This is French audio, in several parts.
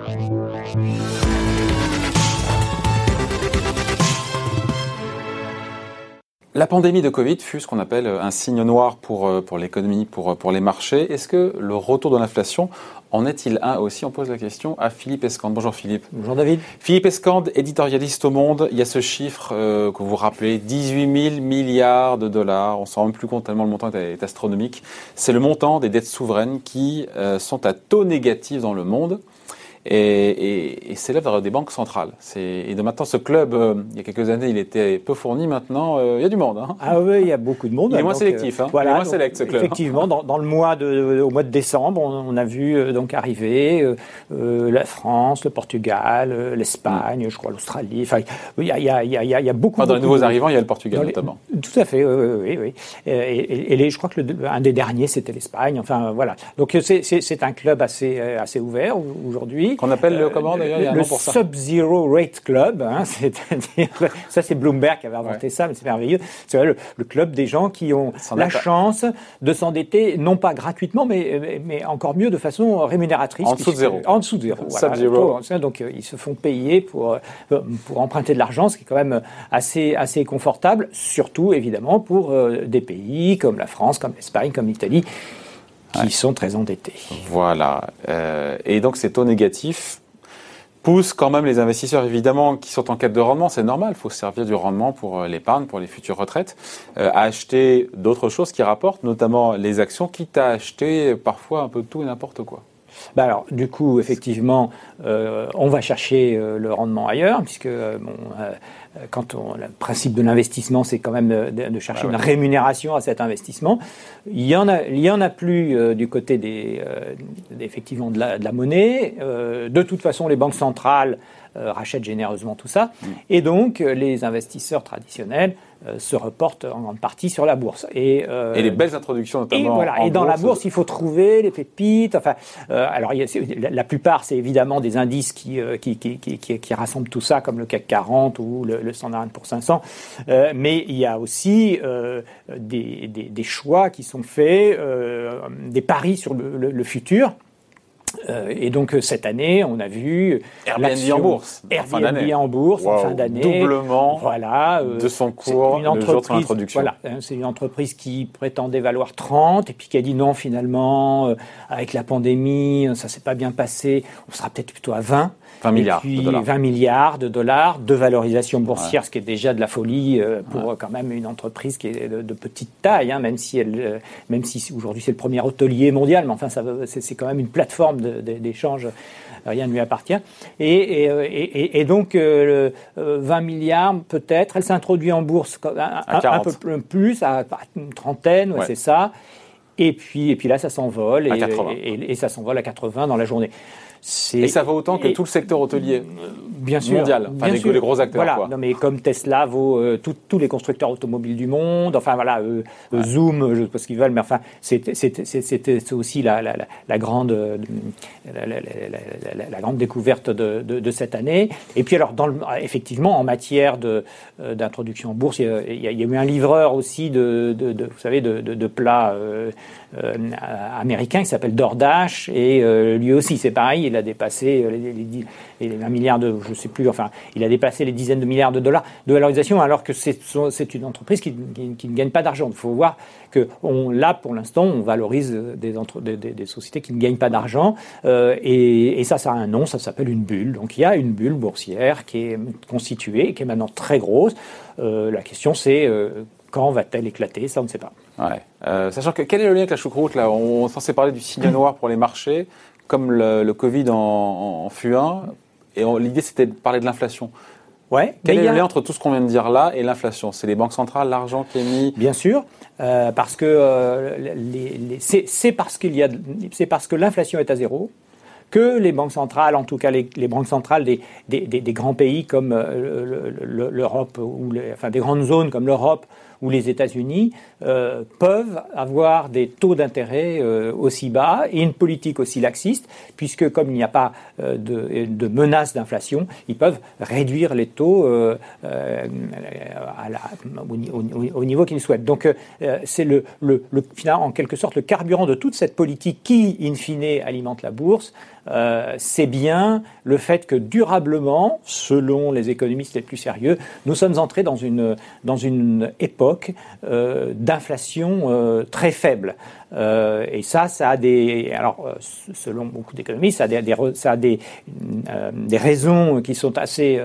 La pandémie de Covid fut ce qu'on appelle un signe noir pour l'économie, pour les marchés. Est-ce que le retour de l'inflation en est-il un aussi? On pose la question à Philippe Escande. Bonjour Philippe. Bonjour David. Philippe Escande, éditorialiste au Monde. Il y a ce chiffre que vous rappelez, 18 000 milliards de dollars. On ne s'en rend même plus compte tellement le montant est astronomique. C'est le montant des dettes souveraines qui sont à taux négatif dans le monde. Et s'élève vers des banques centrales. Et de maintenant, ce club, il y a quelques années, il était peu fourni. Maintenant, il y a du monde. Hein. Ah oui, il y a beaucoup de monde. Il est moins sélectif. Voilà, il est moins sélect, ce club. Effectivement, dans le mois au mois de décembre, on a vu donc arriver la France, le Portugal, l'Espagne, je crois l'Australie. Enfin, il y a beaucoup. Dans les nouveaux arrivants, il y a le Portugal notamment. Tout à fait, oui. Et je crois que un des derniers, c'était l'Espagne. Enfin, voilà. Donc c'est un club assez ouvert aujourd'hui. Qu'on appelle comment d'ailleurs? Il y a un nom pour ça. Le Sub-Zero Rate Club, c'est-à-dire, ça c'est Bloomberg qui avait inventé ça, mais c'est merveilleux. C'est le club des gens qui ont la chance de s'endetter, non pas gratuitement, mais encore mieux de façon rémunératrice. En dessous de zéro. En dessous de zéro. Sub-Zero. Voilà. Donc ils se font payer pour emprunter de l'argent, ce qui est quand même assez confortable, surtout évidemment pour des pays comme la France, comme l'Espagne, comme l'Italie, qui sont très endettés. Voilà. Et donc ces taux négatifs poussent quand même les investisseurs, évidemment, qui sont en quête de rendement. C'est normal, il faut se servir du rendement pour l'épargne, pour les futures retraites, à acheter d'autres choses qui rapportent, notamment les actions, quitte à acheter parfois un peu de tout et n'importe quoi. Alors, du coup, effectivement, on va chercher le rendement ailleurs, puisque le principe de l'investissement, c'est quand même de chercher une rémunération à cet investissement. Il y en a plus du côté effectivement de la monnaie. De toute façon, les banques centrales rachètent généreusement tout ça, et donc les investisseurs traditionnels se reportent en grande partie sur la bourse. Et les belles introductions notamment. Et dans la bourse, il faut trouver les pépites. Enfin, alors la plupart, c'est évidemment des indices qui rassemblent tout ça, comme le CAC 40 ou le Standard & Poor's 500. Mais il y a aussi des choix qui sont faits, des paris sur le futur. Et donc cette année, on a vu Airbnb en bourse, en fin d'année, doublement de son cours le jour de son introduction. Voilà, c'est une entreprise qui prétendait valoir 30 et puis qui a dit non, finalement, avec la pandémie, ça s'est pas bien passé, on sera peut-être plutôt à 20 milliards de dollars. 20 milliards de dollars de valorisation boursière, ce qui est déjà de la folie pour quand même une entreprise qui est de petite taille, hein, même si aujourd'hui c'est le premier hôtelier mondial, mais enfin c'est quand même une plateforme d'échange, rien ne lui appartient. Et donc 20 milliards peut-être, elle s'introduit en bourse un peu plus, à une trentaine, c'est ça. Et puis là ça s'envole et ça s'envole à 80 dans la journée. Et ça vaut autant que tout le secteur hôtelier mondial, les gros acteurs. Voilà, quoi. Non, mais comme Tesla vaut tous les constructeurs automobiles du monde, enfin voilà, Zoom, je ne sais pas ce qu'ils veulent, mais enfin, c'est aussi la grande découverte de cette année. Et puis alors, effectivement, en matière d'introduction en bourse, il y a eu un livreur aussi vous savez, de plats américains qui s'appelle DoorDash, et lui aussi, c'est pareil, il a dépassé les 20 milliards je sais plus, enfin, il a dépassé les dizaines de milliards de dollars de valorisation, alors que c'est une entreprise qui ne gagne pas d'argent. Il faut voir que là, pour l'instant, on valorise des sociétés qui ne gagnent pas d'argent, et ça a un nom, ça s'appelle une bulle. Donc il y a une bulle boursière qui est constituée, qui est maintenant très grosse. La question c'est quand va-t-elle éclater? Ça, on ne sait pas. Ouais. Sachant que quel est le lien avec la choucroute là? On est censé parler du signe noir pour les marchés, comme le Covid en fut un, et l'idée c'était de parler de l'inflation. Ouais. Quel est le lien entre tout ce qu'on vient de dire là et l'inflation? C'est les banques centrales, l'argent qui est mis. Bien sûr, parce que c'est parce que l'inflation est à zéro que les banques centrales, en tout cas les banques centrales des grands pays comme l'Europe, enfin des grandes zones comme l'Europe ou les États-Unis, peuvent avoir des taux d'intérêt aussi bas et une politique aussi laxiste, puisque comme il n'y a pas de menace d'inflation, ils peuvent réduire les taux au niveau qu'ils souhaitent. Donc c'est finalement, en quelque sorte le carburant de toute cette politique qui, in fine, alimente la bourse. c'est bien le fait que durablement, selon les économistes les plus sérieux, nous sommes entrés dans une époque d'inflation très faible. Et ça a des... Alors, selon beaucoup d'économistes, ça a des raisons qui sont assez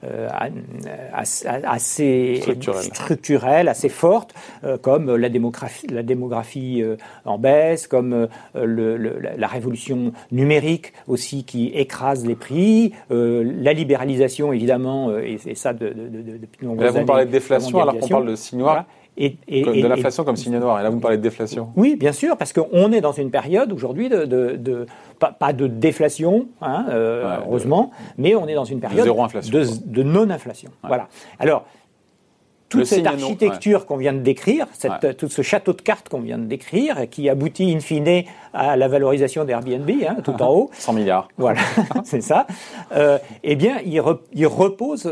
structurelles, assez fortes, comme la démographie en baisse, comme la révolution numérique aussi qui écrase les prix, la libéralisation évidemment, et ça depuis de nombreuses années. Là, vous parlez de déflation alors qu'on parle de signe noir. Voilà. De l'inflation comme signe noir. Et là, vous me parlez de déflation. Oui, bien sûr, parce qu'on est dans une période aujourd'hui pas de déflation, heureusement, mais on est dans une période de non-inflation. Ouais. Voilà. Alors, toute cette architecture qu'on vient de décrire, tout ce château de cartes qu'on vient de décrire, qui aboutit in fine à la valorisation d'Airbnb, tout en haut. 100 milliards. Voilà, c'est ça. Eh bien, il repose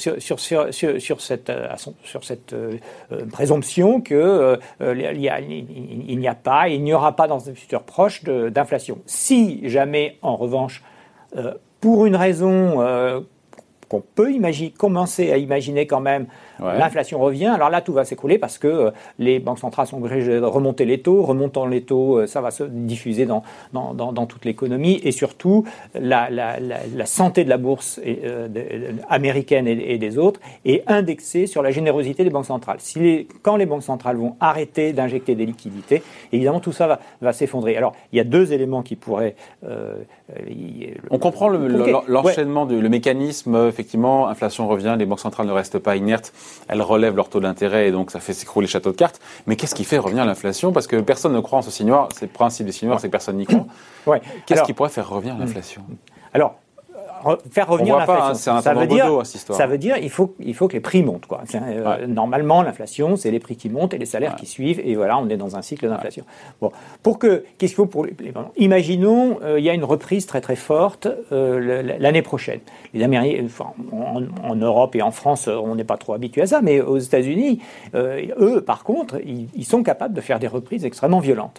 sur cette présomption que il n'y a pas, il n'y aura pas dans un futur proche d'inflation. Si jamais, en revanche, pour une raison qu'on peut commencer à imaginer quand même, l'inflation revient, alors là tout va s'écrouler parce que les banques centrales sont obligées de remonter les taux. Remontant les taux, ça va se diffuser dans toute l'économie, et surtout la santé de la bourse américaine et des autres est indexée sur la générosité des banques centrales. Quand les banques centrales vont arrêter d'injecter des liquidités, évidemment tout ça va s'effondrer. Alors il y a deux éléments qui pourraient... On comprend l'enchaînement, le mécanisme. Effectivement, inflation revient, les banques centrales ne restent pas inertes, elles relèvent leur taux d'intérêt et donc ça fait s'écrouler le château de cartes. Mais qu'est-ce qui fait revenir l'inflation? Parce que personne ne croit en ce signe noir. C'est le principe des signes noirs, c'est que personne n'y croit. Qu'est-ce qui pourrait faire revenir l'inflation? Alors, faire revenir l'inflation, ça veut dire il faut que les prix montent, quoi. Normalement, l'inflation, c'est les prix qui montent et les salaires qui suivent, et voilà, on est dans un cycle d'inflation. Bon, qu'est-ce qu'il faut pour imaginons, il y a une reprise très très forte l'année prochaine. Les Américains, en Europe et en France, on n'est pas trop habitués à ça, mais aux États-Unis, eux, par contre, ils sont capables de faire des reprises extrêmement violentes.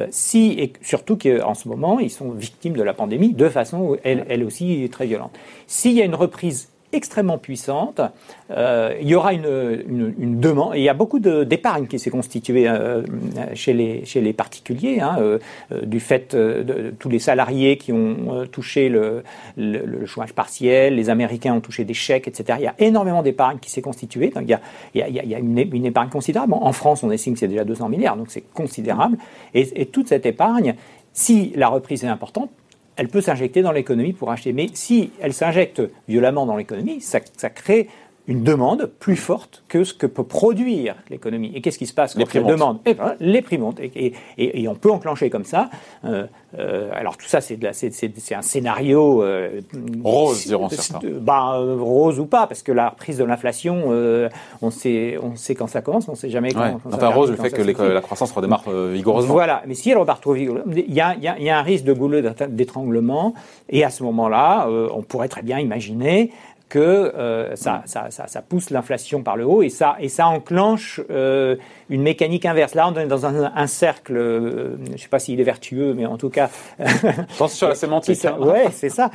Et surtout qu'en ce moment, ils sont victimes de la pandémie de façon, elle aussi, très violente. S'il y a une reprise extrêmement puissante, il y aura une demande. Et il y a beaucoup d'épargne qui s'est constituée chez les particuliers, du fait de tous les salariés qui ont touché le chômage partiel, les Américains ont touché des chèques, etc. Il y a énormément d'épargne qui s'est constituée. Donc il y a une épargne considérable. En France, on estime que c'est déjà 200 milliards, donc c'est considérable. Et toute cette épargne, si la reprise est importante, elle peut s'injecter dans l'économie pour acheter. Mais si elle s'injecte violemment dans l'économie, ça crée une demande plus forte que ce que peut produire l'économie. Et qu'est-ce qui se passe quand la demande? Les prix montent. Et on peut enclencher comme ça. Alors tout ça, c'est un scénario... rose, diront certains. Rose ou pas, parce que la reprise de l'inflation, on sait quand ça commence, mais on ne sait jamais quand ça termine. Rose, le fait que la croissance redémarre vigoureusement. Voilà, mais si elle repart trop vigoureusement, il y a un risque de goulot d'étranglement, et à ce moment-là, on pourrait très bien imaginer que ça pousse l'inflation par le haut et ça enclenche une mécanique inverse. Là, on est dans un cercle, je ne sais pas s'il est vertueux, mais en tout cas... Pense sur la sémantique. Oui, c'est ça,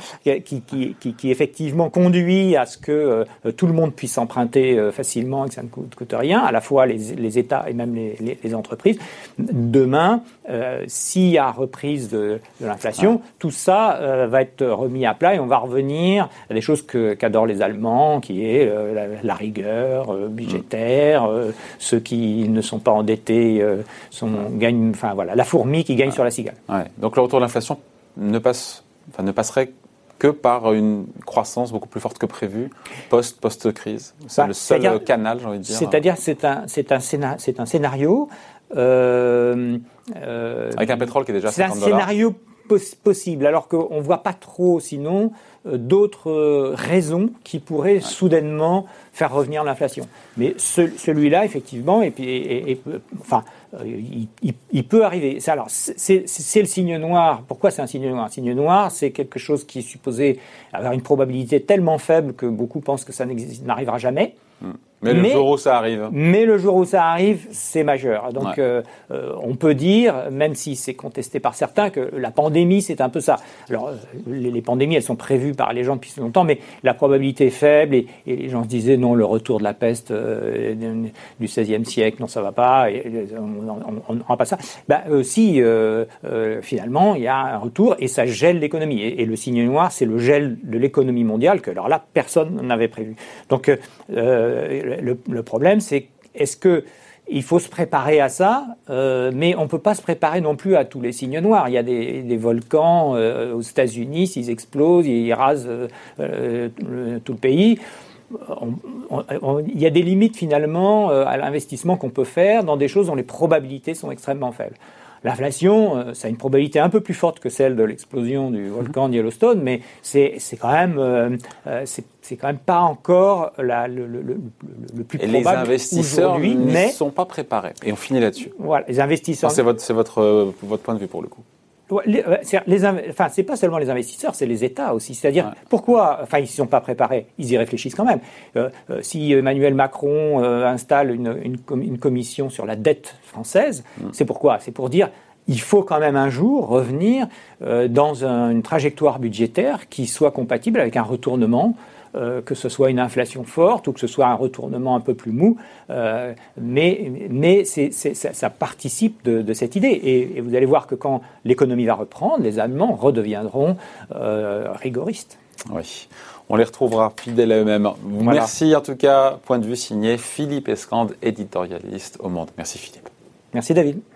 qui effectivement conduit à ce que tout le monde puisse emprunter facilement et que ça ne coûte rien, à la fois les États et même les entreprises. Demain, s'il y a reprise de l'inflation, tout ça va être remis à plat et on va revenir à des choses qu'adorent les Allemands, qui est la rigueur budgétaire, ceux qui ne sont pas endettés gagnent, enfin voilà, la fourmi qui gagne sur la cigale. Ouais. Donc le retour de l'inflation ne passerait que par une croissance beaucoup plus forte que prévu post-crise. C'est le seul canal, j'ai envie de dire. C'est-à-dire c'est un scénario avec un pétrole qui est déjà à $50. C'est un scénario possible, alors qu'on ne voit pas trop sinon d'autres raisons qui pourraient soudainement faire revenir l'inflation. Mais celui-là, effectivement, il peut arriver. C'est le signe noir. Pourquoi c'est un signe noir? Un signe noir, c'est quelque chose qui est supposé avoir une probabilité tellement faible que beaucoup pensent que ça n'arrivera jamais. Mais le jour où ça arrive. Mais le jour où ça arrive, c'est majeur. Donc, on peut dire, même si c'est contesté par certains, que la pandémie, c'est un peu ça. Alors, les pandémies, elles sont prévues par les gens depuis longtemps, mais la probabilité est faible. Et les gens se disaient, non, le retour de la peste du XVIe siècle, non, ça va pas. On n'aura pas ça. Finalement, il y a un retour et ça gèle l'économie. Et le signe noir, c'est le gel de l'économie mondiale que, alors là, personne n'avait prévu. Donc, le problème, c'est est-ce que il faut se préparer à ça, mais on peut pas se préparer non plus à tous les signes noirs. Il y a des volcans aux États-Unis, s'ils explosent, ils rasent tout le pays. Il y a des limites finalement à l'investissement qu'on peut faire dans des choses dont les probabilités sont extrêmement faibles. L'inflation, ça a une probabilité un peu plus forte que celle de l'explosion du volcan de Yellowstone, mais c'est quand même pas encore le plus probable. Et les investisseurs ne sont pas préparés. Et on finit là-dessus. Voilà, les investisseurs. C'est votre point de vue pour le coup. C'est pas seulement les investisseurs, c'est les États aussi. C'est-à-dire, pourquoi, ils ne sont pas préparés, ils y réfléchissent quand même. Si Emmanuel Macron installe une commission sur la dette française, c'est pourquoi ? C'est pour dire, il faut quand même un jour revenir dans une trajectoire budgétaire qui soit compatible avec un retournement, que ce soit une inflation forte ou que ce soit un retournement un peu plus mou, mais ça participe de cette idée. Et vous allez voir que quand l'économie va reprendre, les Allemands redeviendront rigoristes. Oui, on les retrouvera fidèles à eux-mêmes. Voilà. Merci en tout cas, point de vue signé Philippe Escande, éditorialiste au Monde. Merci Philippe. Merci David.